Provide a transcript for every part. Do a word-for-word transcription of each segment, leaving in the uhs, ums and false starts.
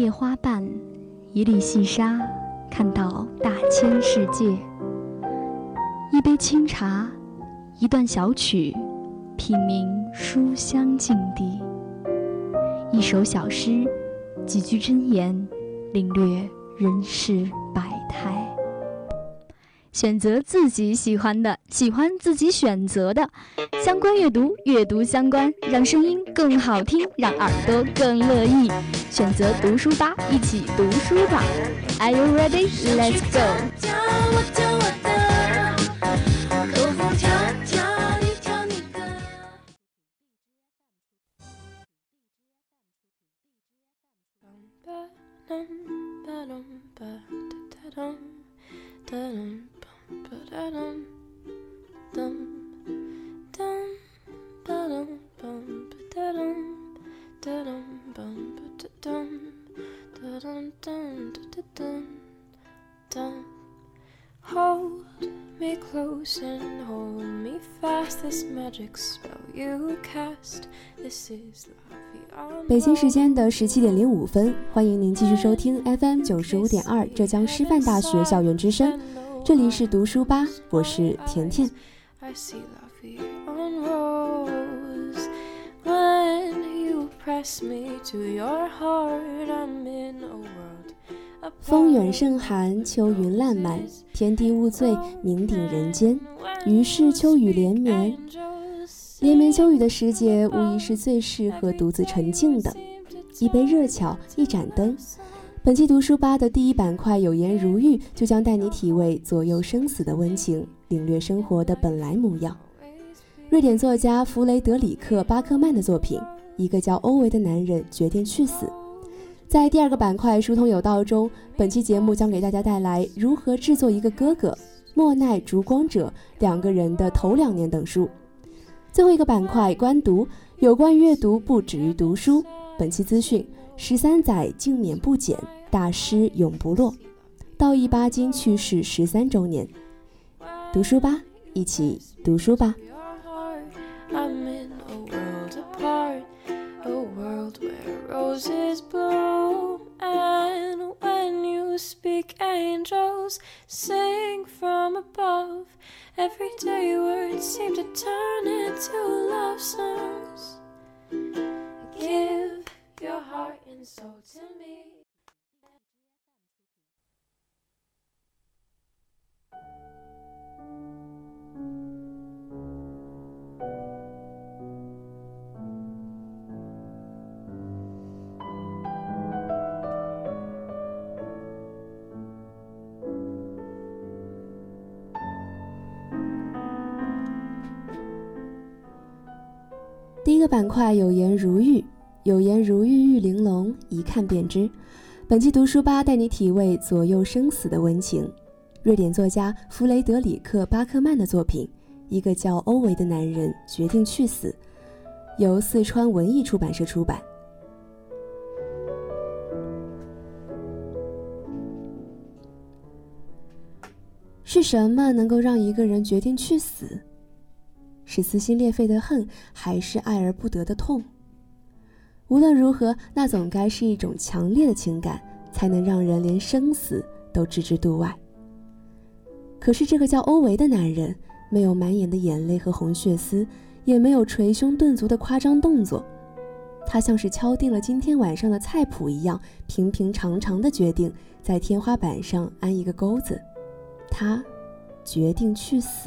叶花瓣，一粒细沙，看到大千世界。一杯清茶，一段小曲，品茗书香境地。一首小诗，几句真言，领略人世百态。选择自己喜欢的，喜欢自己选择的。相关阅读，阅读相关，让声音更好听，让耳朵更乐意。选择读书吧，一起读书吧。Are you ready? Let's go. Hold me close and hold me fast. This magic spell you cast. This is love. 北京时间的十七点零五分，欢迎您继续收听 F M 九十五点二浙江师范大学校园之声，这里是读书吧，我是甜甜。 I see love on rose. When you press me to your heart, I'm in a world. 风远胜寒，秋云烂漫，天地物醉，名鼎人间。于是秋雨连绵，连绵秋雨的时节，无疑是最适合独自沉静的。一杯热巧，一盏灯。本期读书吧的第一板块有言如玉，就将带你体味左右生死的温情，领略生活的本来模样。瑞典作家弗雷德里克·巴克曼的作品《一个叫欧维的男人决定去死》。在第二个板块疏通有道中，本期节目将给大家带来如何制作一个哥哥、莫奈、烛光者两个人的头两年等书。最后一个板块观读，有关阅读不止于读书。本期资讯：十三载静勉不减，大师永不落。道义巴金去世十三周年。读书吧，一起读书吧。 I'm in a world apart, a world where roses bloom, and when you speak, angels sing from above. Everyday words seem to turn into love songs. Give your heart and soul to me. 第一个板块有言如玉，有言如玉玉玲珑，一看便知。本期读书吧带你体味左右生死的温情。瑞典作家弗雷德里克·巴克曼的作品《一个叫欧维的男人决定去死》，由四川文艺出版社出版。是什么能够让一个人决定去死？是撕心裂肺的恨，还是爱而不得的痛？无论如何，那总该是一种强烈的情感，才能让人连生死都置之度外。可是这个叫欧维的男人，没有满眼的眼泪和红血丝，也没有捶胸顿足的夸张动作，他像是敲定了今天晚上的菜谱一样，平平常常的决定在天花板上安一个钩子。他决定去死。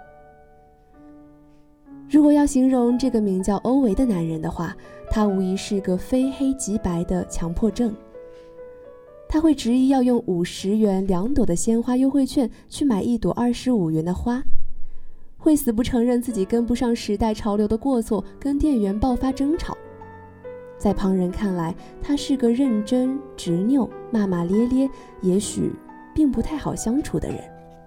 如果要形容这个名叫欧维的男人的话，他无疑是个非黑即白的强迫症。他会执意要用五十元两朵的鲜花优惠券去买一朵二十五元的花，会死不承认自己跟不上时代潮流的过错，跟店员爆发争吵。在旁人看来，他是个认真、执拗、骂骂咧咧，也许并不太好相处的人。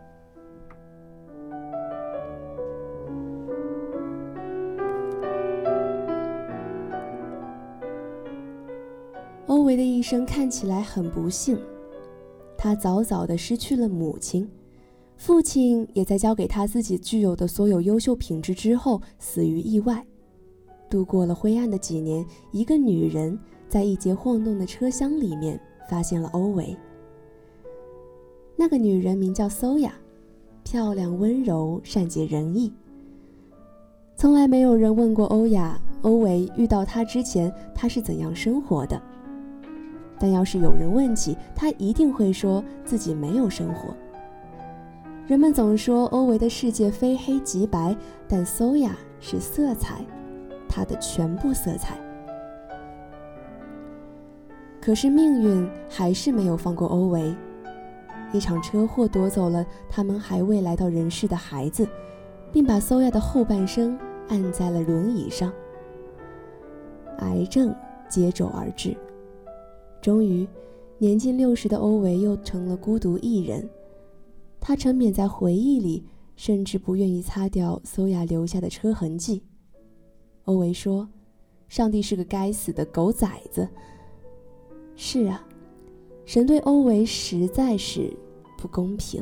欧维的一生看起来很不幸，他早早地失去了母亲，父亲也在交给他自己具有的所有优秀品质之后死于意外。 度过了灰暗的几年，一个女人在一节晃动的车厢里面发现了欧维。那个女人名叫搜雅，漂亮温柔，善解人意。从来没有人问过欧雅，欧维遇到她之前她是怎样生活的。但要是有人问起，她一定会说自己没有生活。人们总说欧维的世界非黑即白，但搜雅是色彩，她的全部色彩。可是命运还是没有放过欧维。一场车祸夺走了他们还未来到人世的孩子，并把搜雅的后半生按在了轮椅上。癌症接踵而至，终于年近六十的欧维又成了孤独一人。他沉湎在回忆里，甚至不愿意擦掉搜雅留下的车痕迹。欧维说，上帝是个该死的狗崽子。是啊，神对欧维实在是不公平。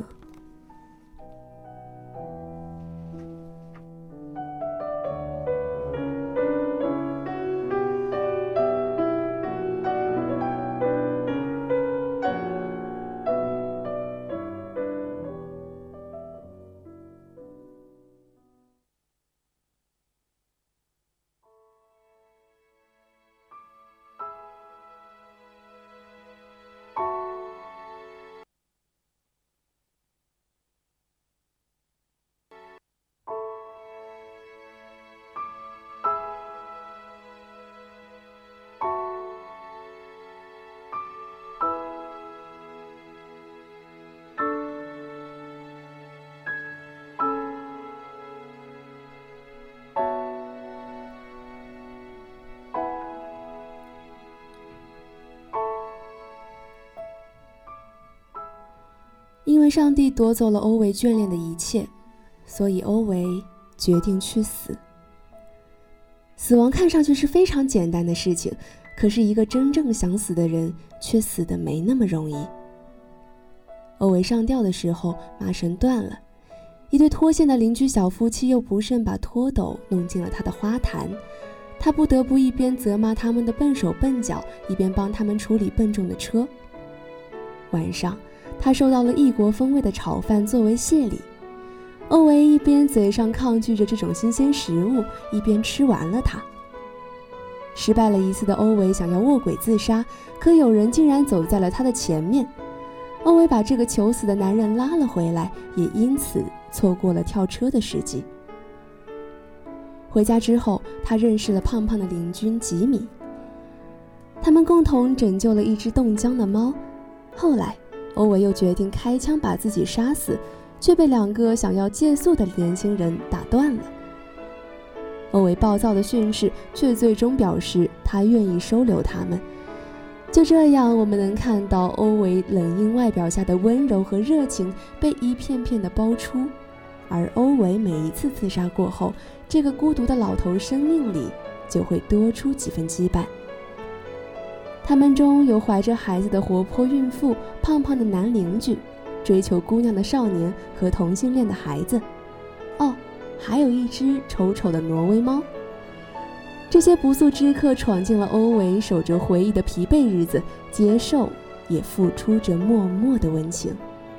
因为上帝夺走了欧维眷恋的一切，所以欧维决定去死。死亡看上去是非常简单的事情，可是一个真正想死的人却死得没那么容易。欧维上吊的时候，麻绳断了，一对脱线的邻居小夫妻又不慎把拖斗弄进了他的花坛，他不得不一边责骂他们的笨手笨脚，一边帮他们处理笨重的车。晚上他收到了异国风味的炒饭作为谢礼，欧维一边嘴上抗拒着这种新鲜食物，一边吃完了它。失败了一次的欧维想要卧轨自杀，可有人竟然走在了他的前面。欧维把这个求死的男人拉了回来，也因此错过了跳车的时机。回家之后，他认识了胖胖的邻居吉米，他们共同拯救了一只冻僵的猫。后来欧维又决定开枪把自己杀死，却被两个想要借宿的年轻人打断了。欧维暴躁的训斥，却最终表示他愿意收留他们。就这样，我们能看到欧维冷硬外表下的温柔和热情被一片片的剥出，而欧维每一次自杀过后，这个孤独的老头生命里就会多出几分羁绊。他们中有怀着孩子的活泼孕妇、胖胖的男邻居、追求姑娘的少年和同性恋的孩子，哦，还有一只丑丑的挪威猫。这些不速之客闯进了欧维守着回忆的疲惫日子，接受也付出着默默的温情。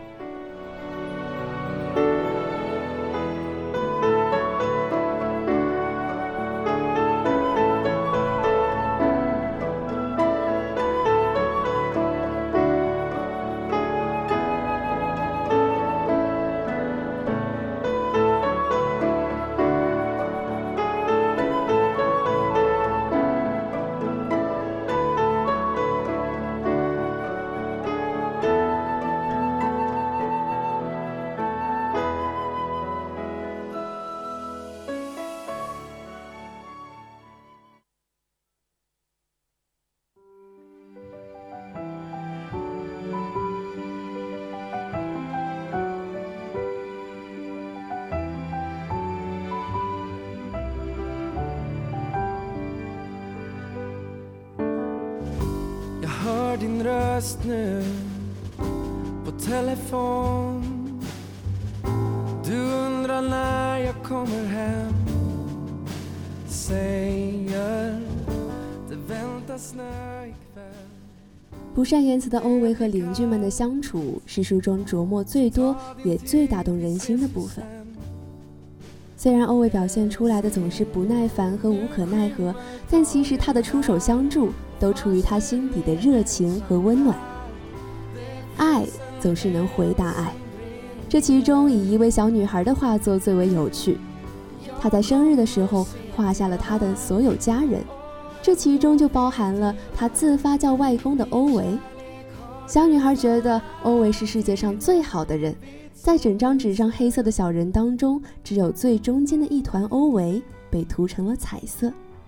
hör din röst nu på telefon. Du undrar när jag kommer hem. 不善言辞的欧维和邻居们的相处是书中琢磨最多也最打动人心的部分。虽然欧维表现出来的总是不耐烦和无可奈何，但其实他的出手相助都出于他心底的热情和温暖。爱总是能回答爱，这其中以一位小女孩的画作最为有趣。她在生日的时候画下了她的所有家人，这其中就包含了她自发叫外公的欧维。小女孩觉得欧维是世界上最好的人，在整张纸上黑色的小人当中，只有最中间的一团欧维被涂成了彩色。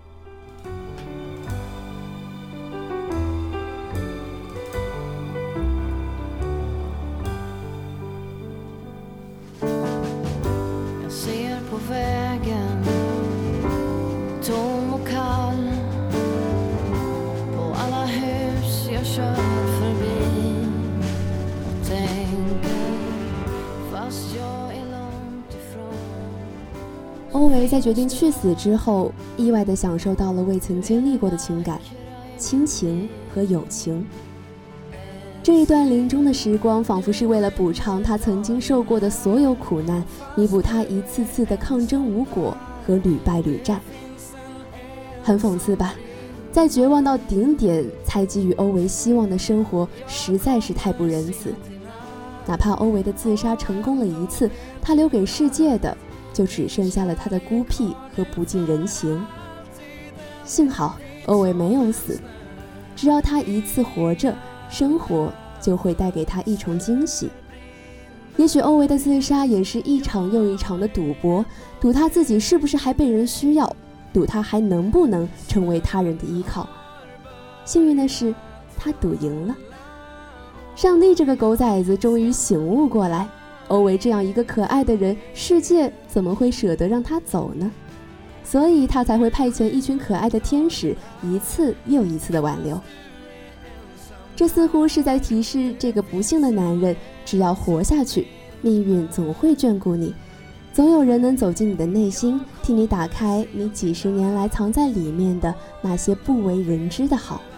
欧维在决定去死之后，意外地享受到了未曾经历过的情感、亲情和友情。这一段临终的时光，仿佛是为了补偿他曾经受过的所有苦难，弥补他一次次的抗争无果和屡败屡战。很讽刺吧？在绝望到顶点才给予欧维希望的生活，实在是太不仁慈。哪怕欧维的自杀成功了一次，他留给世界的就只剩下了他的孤僻和不近人情。幸好欧维没有死，只要他一次活着，生活就会带给他一重惊喜。也许欧维的自杀也是一场又一场的赌博，赌他自己是不是还被人需要，赌他还能不能成为他人的依靠。幸运的是，他赌赢了。上帝这个狗崽子终于醒悟过来，欧维这样一个可爱的人，世界怎么会舍得让他走呢？所以他才会派遣一群可爱的天使，一次又一次的挽留。这似乎是在提示这个不幸的男人，只要活下去，命运总会眷顾你，总有人能走进你的内心，替你打开你几十年来藏在里面的那些不为人知的好。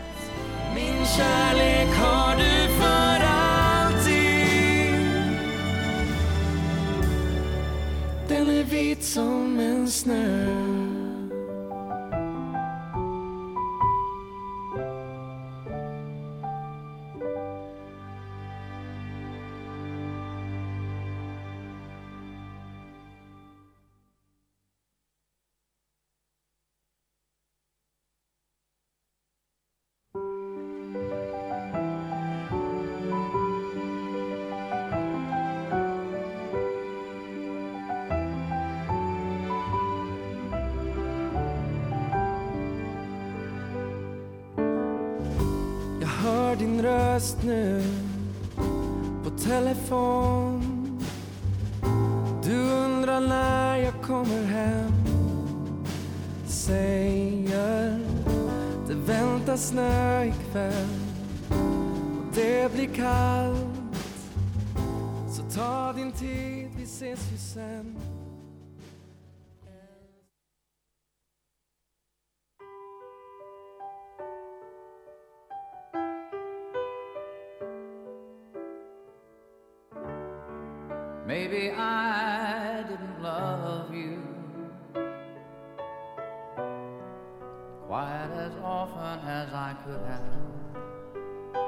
Vit som en snö. Din röst nu på telefon. Du undrar när jag kommer hem. Säger det väntar snö ikväll och det blir kallt. Så ta din tid, vi ses ju sen. Maybe I didn't love you quite as often as I could have.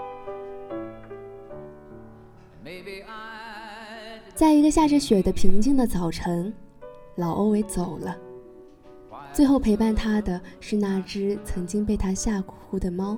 Maybe I 在一个下着雪的平静的早晨，老欧维走了。最后陪伴他的是那只曾经被他吓哭的猫。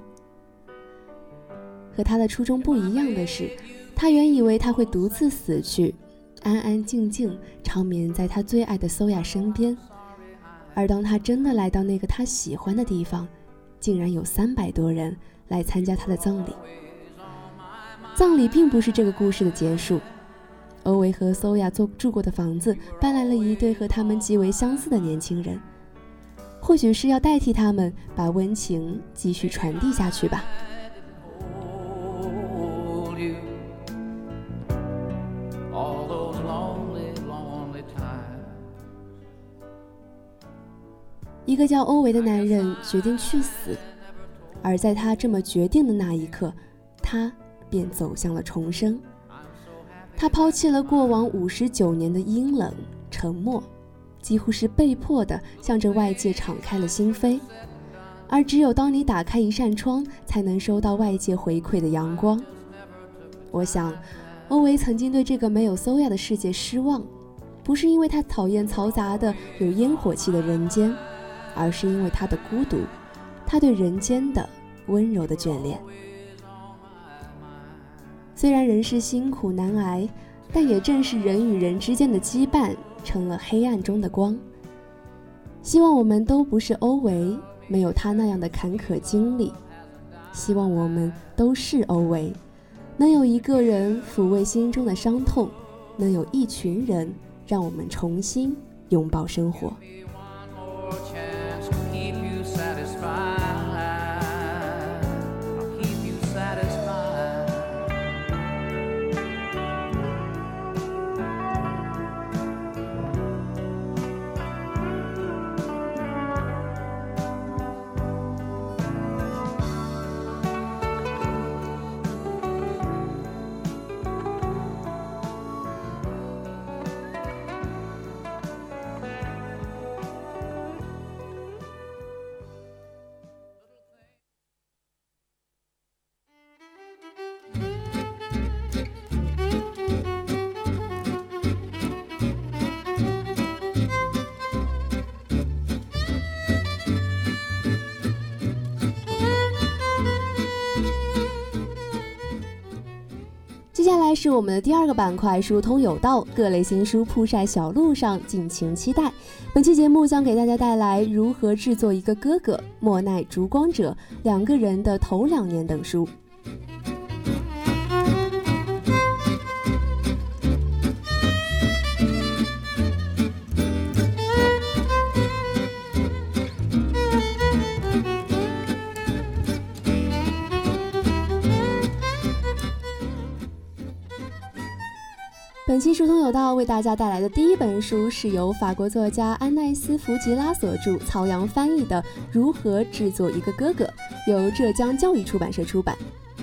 和他的初衷不一样的是，他原以为他会独自死去，安安静静长眠在他最爱的搜亚身边，而当他真的来到那个他喜欢的地方，竟然有三百多人来参加他的葬礼。葬礼并不是这个故事的结束，欧维和搜亚做住过的房子搬来了一对和他们极为相似的年轻人，或许是要代替他们把温情继续传递下去吧。 一个叫欧维的男人决定去死，而在他这么决定的那一刻，他便走向了重生。他抛弃了过往五十九年的阴冷沉默，几乎是被迫地向着外界敞开了心扉，而只有当你打开一扇窗，才能收到外界回馈的阳光。我想欧维曾经对这个没有搜亚的世界失望，不是因为他讨厌嘈杂的有烟火气的人间，而是因为他的孤独，他对人间的温柔的眷恋。虽然人世辛苦难挨，但也正是人与人之间的羁绊成了黑暗中的光。希望我们都不是欧维，没有他那样的坎坷经历。希望我们都是欧维，能有一个人抚慰心中的伤痛，能有一群人让我们重新拥抱生活。接下来是我们的第二个板块，书通有道，各类新书铺晒小路上，敬请期待。本期节目将给大家带来如何制作一个哥哥、莫奈烛光者两个人的头两年等书。本期书通有道为大家带来的第一本书是由法国作家安奈斯·弗吉拉所著，曹阳翻译的《如何制作一个哥哥》，由浙江教育出版社出版。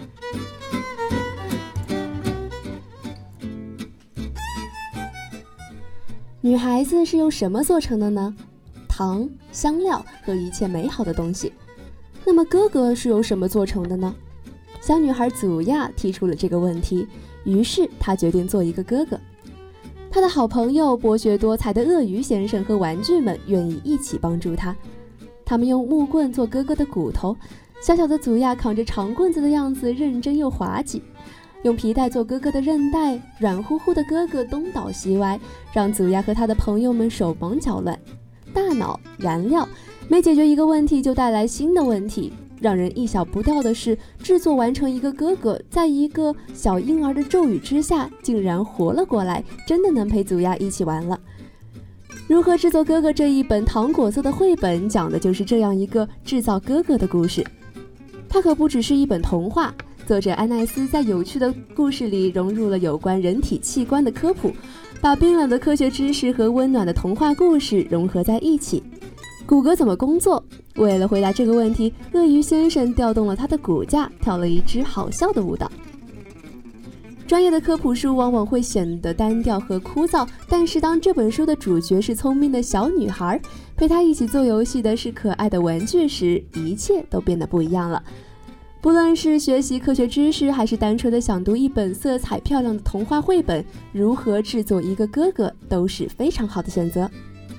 女孩子是由什么做成的呢？糖、香料和一切美好的东西。那么哥哥是由什么做成的呢？小女孩祖亚提出了这个问题，于是她决定做一个哥哥。她的好朋友博学多才的鳄鱼先生和玩具们愿意一起帮助她。他们用木棍做哥哥的骨头，小小的祖亚扛着长棍子的样子认真又滑稽。用皮带做哥哥的韧带，软乎乎的哥哥东倒西歪，让祖亚和他的朋友们手忙脚乱。大脑、燃料，每解决一个问题就带来新的问题。让人意想不到的是，制作完成一个哥哥，在一个小婴儿的咒语之下，竟然活了过来，真的能陪祖亚一起玩了。如何制作哥哥这一本糖果色的绘本，讲的就是这样一个制造哥哥的故事。它可不只是一本童话，作者安奈斯在有趣的故事里融入了有关人体器官的科普，把冰冷的科学知识和温暖的童话故事融合在一起。骨骼怎么工作？为了回答这个问题，鳄鱼先生调动了他的骨架，跳了一支好笑的舞蹈。专业的科普书往往会显得单调和枯燥，但是当这本书的主角是聪明的小女孩，陪她一起做游戏的是可爱的玩具时，一切都变得不一样了。不论是学习科学知识，还是单纯的想读一本色彩漂亮的童话绘本，如何制作一个哥哥都是非常好的选择。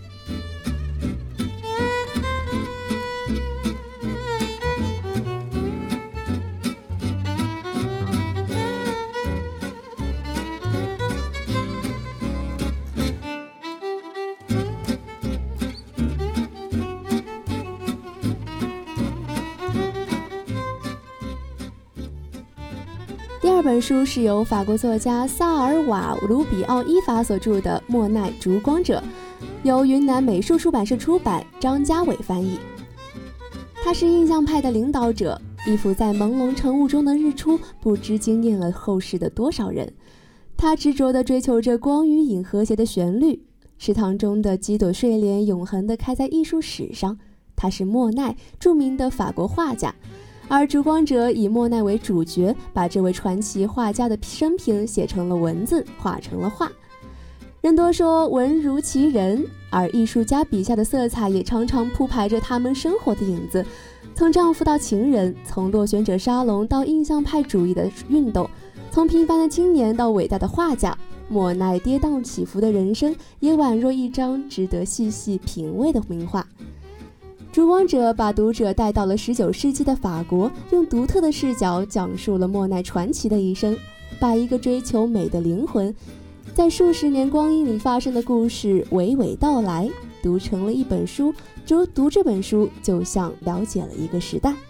第二本书是由法国作家萨尔瓦·卢比奥伊法所著的《莫奈烛光者》，由云南美术出版社出版，张家伟翻译。他是印象派的领导者，一幅在朦胧晨雾中的日出，不知惊艳了后世的多少人。他执着地追求着光与影和谐的旋律，池塘中的几朵睡莲永恒地开在艺术史上， 他是莫奈，著名的法国画家。而烛光者以莫奈为主角，把这位传奇画家的生平写成了文字，画成了画。人多说文如其人，而艺术家笔下的色彩也常常铺排着他们生活的影子。从丈夫到情人，从落选者沙龙到印象派主义的运动，从平凡的青年到伟大的画家，莫奈跌宕起伏的人生也宛若一张值得细细品味的名画。烛光者把读者带到了十九世纪的法国，用独特的视角讲述了莫奈传奇的一生，把一个追求美的灵魂在数十年光阴里发生的故事娓娓道来，读成了一本书，就读这本书就像了解了一个时代。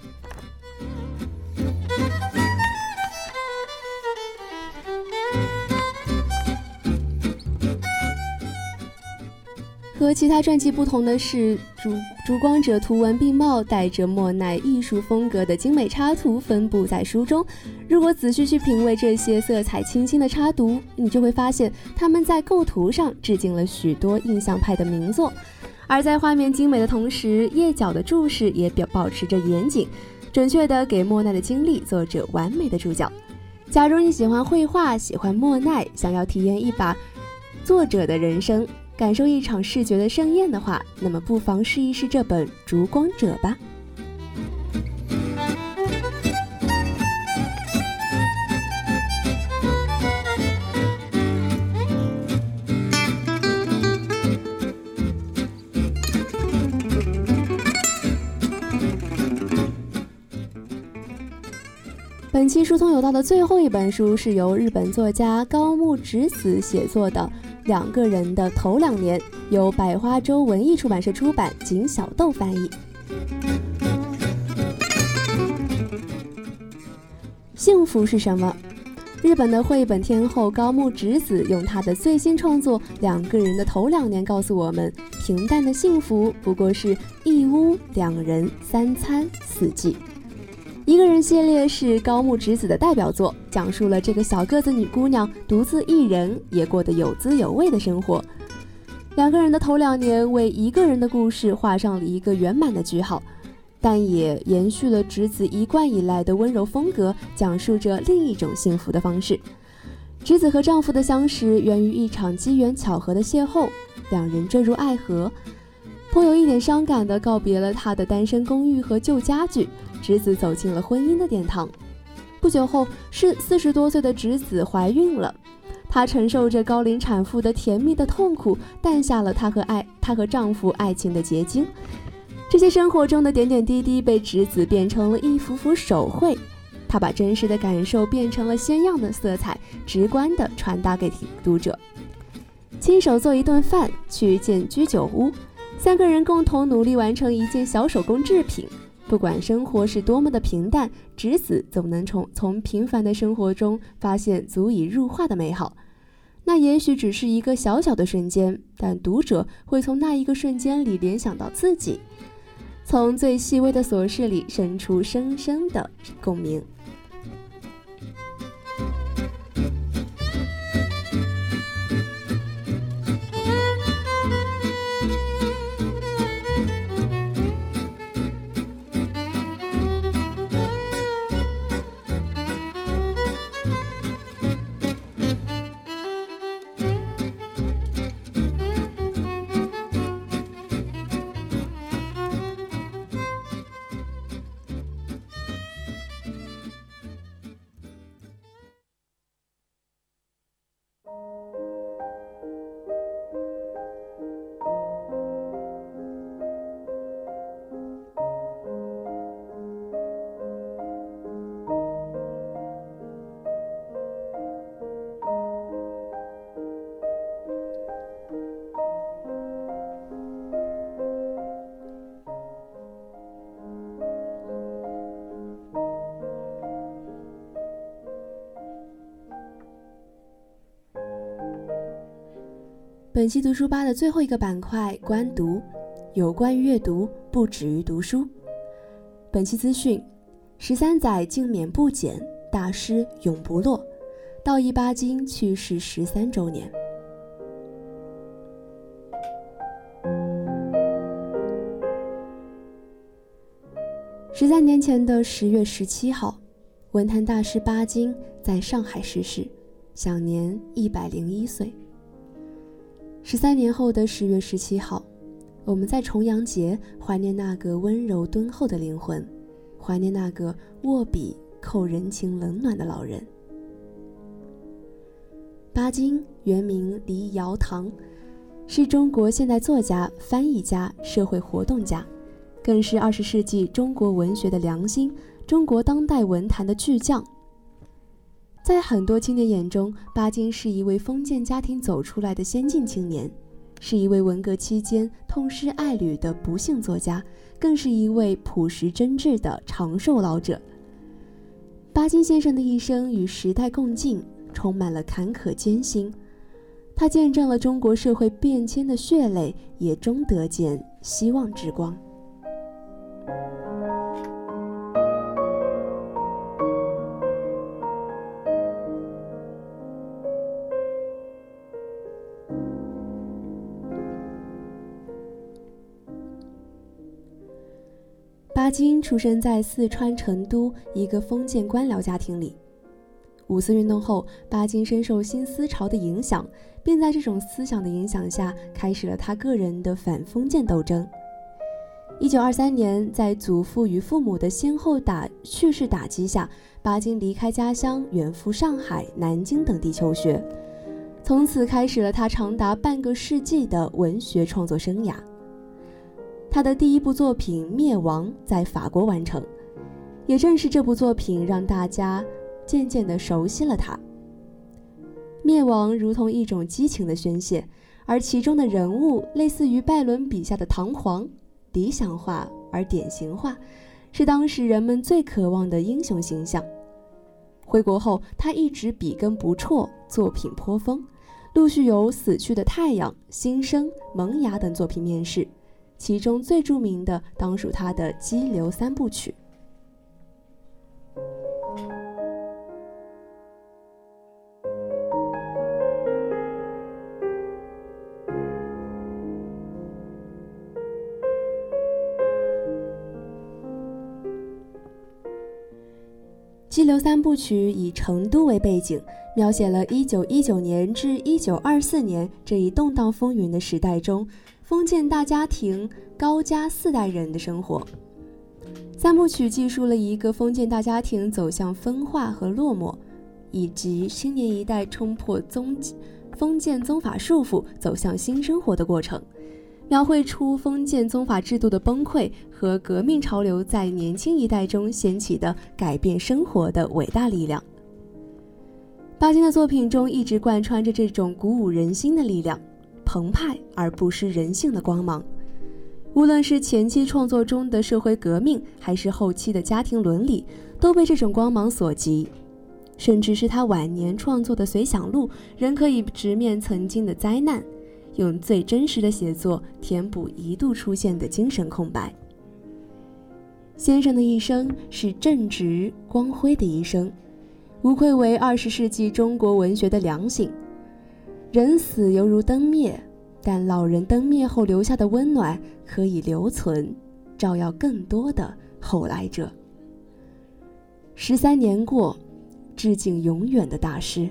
和其他传记不同的是，烛烛光者图文并茂，带着莫奈艺术风格的精美插图分布在书中。如果仔细去品味这些色彩清新的插图，你就会发现他们在构图上致敬了许多印象派的名作，而在画面精美的同时，页角的注释也表保持着严谨，准确地给莫奈的经历做着完美的注脚。假如你喜欢绘画，喜欢莫奈，想要体验一把作者的人生，感受一场视觉的盛宴的话，那么不妨试一试这本《烛光者》吧。本期书通有道的最后一本书是由日本作家高木直子写作的《两个人的头两年》，由百花洲文艺出版社出版，井小豆翻译。幸福是什么？日本的绘本天后高木直子用她的最新创作《两个人的头两年》告诉我们，平淡的幸福不过是一屋两人三餐四季。一个人系列是高木直子的代表作，讲述了这个小个子女姑娘独自一人也过得有滋有味的生活。两个人的头两年为一个人的故事画上了一个圆满的句号，但也延续了直子一贯以来的温柔风格，讲述着另一种幸福的方式。直子和丈夫的相识源于一场机缘巧合的邂逅，两人坠入爱河，颇有一点伤感地告别了她的单身公寓和旧家具，直子走进了婚姻的殿堂。不久后，是四十多岁的直子怀孕了，她承受着高龄产妇的甜蜜的痛苦，诞下了她和爱她和丈夫爱情的结晶。这些生活中的点点滴滴被直子变成了一幅幅手绘，她把真实的感受变成了鲜艳的色彩，直观地传达给读者。亲手做一顿饭，去一间居酒屋，三个人共同努力完成一件小手工制品。不管生活是多么的平淡，直子总能从从平凡的生活中发现足以入画的美好。那也许只是一个小小的瞬间，但读者会从那一个瞬间里联想到自己，从最细微的琐事里生出深深的共鸣。本期读书吧的最后一个板块观读，有关于阅读不止于读书。本期资讯：十三载静勉不减，大师永不落。道义巴金去世十三周年。 十三年前的十月十七号，文坛大师巴金在上海逝世，享年一百零一岁。十三年后的十月十七号，我们在重阳节怀念那个温柔敦厚的灵魂，怀念那个握笔扣人情冷暖的老人。巴金原名黎尧堂，是中国现代作家、翻译家、社会活动家，更是二十世纪中国文学的良心，中国当代文坛的巨匠。在很多青年眼中，巴金是一位封建家庭走出来的先进青年，是一位文革期间痛失爱侣的不幸作家，更是一位朴实真挚的长寿老者。巴金先生的一生与时代共进，充满了坎坷艰辛。他见证了中国社会变迁的血泪，也终得见希望之光。巴金出生在四川成都一个封建官僚家庭里。五四运动后，巴金深受新思潮的影响，并在这种思想的影响下开始了他个人的反封建斗争。一九二三年，在祖父与父母的先后打去世打击下，巴金离开家乡，远赴上海、南京等地求学，从此开始了他长达半个世纪的文学创作生涯。他的第一部作品《灭亡》在法国完成，也正是这部作品让大家渐渐地熟悉了他。灭亡如同一种激情的宣泄，而其中的人物类似于拜伦笔下的唐璜，理想化而典型化，是当时人们最渴望的英雄形象。回国后，他一直笔耕不辍，作品颇丰，陆续有《死去的太阳》、《新生》、《萌芽》等作品面世，其中最著名的当属他的《激流三部曲》。《激流三部曲》以成都为背景，描写了一九一九年至一九二四年这一动荡风云的时代中，封建大家庭高家四代人的生活。三部曲记述了一个封建大家庭走向分化和落寞，以及青年一代冲破宗封建宗法束缚，走向新生活的过程，描绘出封建宗法制度的崩溃和革命潮流在年轻一代中掀起的改变生活的伟大力量。巴金的作品中一直贯穿着这种鼓舞人心的力量，澎湃而不失人性的光芒。无论是前期创作中的社会革命，还是后期的家庭伦理，都被这种光芒所及。甚至是他晚年创作的《随想录》，仍可以直面曾经的灾难，用最真实的写作填补一度出现的精神空白。先生的一生是正直光辉的一生，无愧为二十世纪中国文学的良心。人死犹如灯灭，但老人灯灭后留下的温暖可以留存，照耀更多的后来者。十三年过，致敬永远的大师。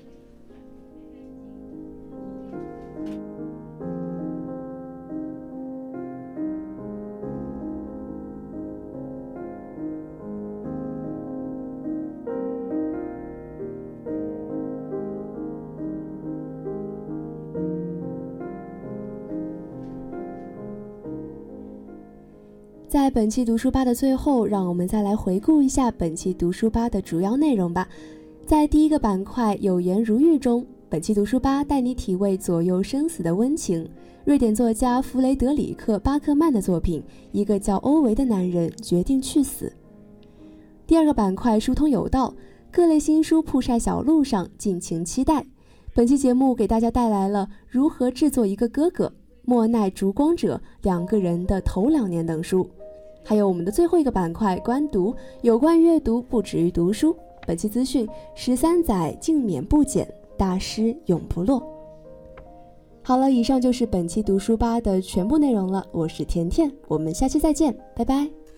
在本期读书吧的最后，让我们再来回顾一下本期读书吧的主要内容吧。在第一个板块有言如玉中，本期读书吧带你体味左右生死的温情，瑞典作家弗雷德里克·巴克曼的作品《一个叫欧维的男人决定去死》。第二个板块书通有道，各类新书铺晒小路上，敬请期待。本期节目给大家带来了如何制作一个哥哥、莫奈烛光者两个人的头两年等书，还有我们的最后一个板块观读，有关阅读不止于读书。本期资讯：十三载静勉不减，大师永不落。好了，以上就是本期读书吧的全部内容了。我是甜甜，我们下期再见，拜拜。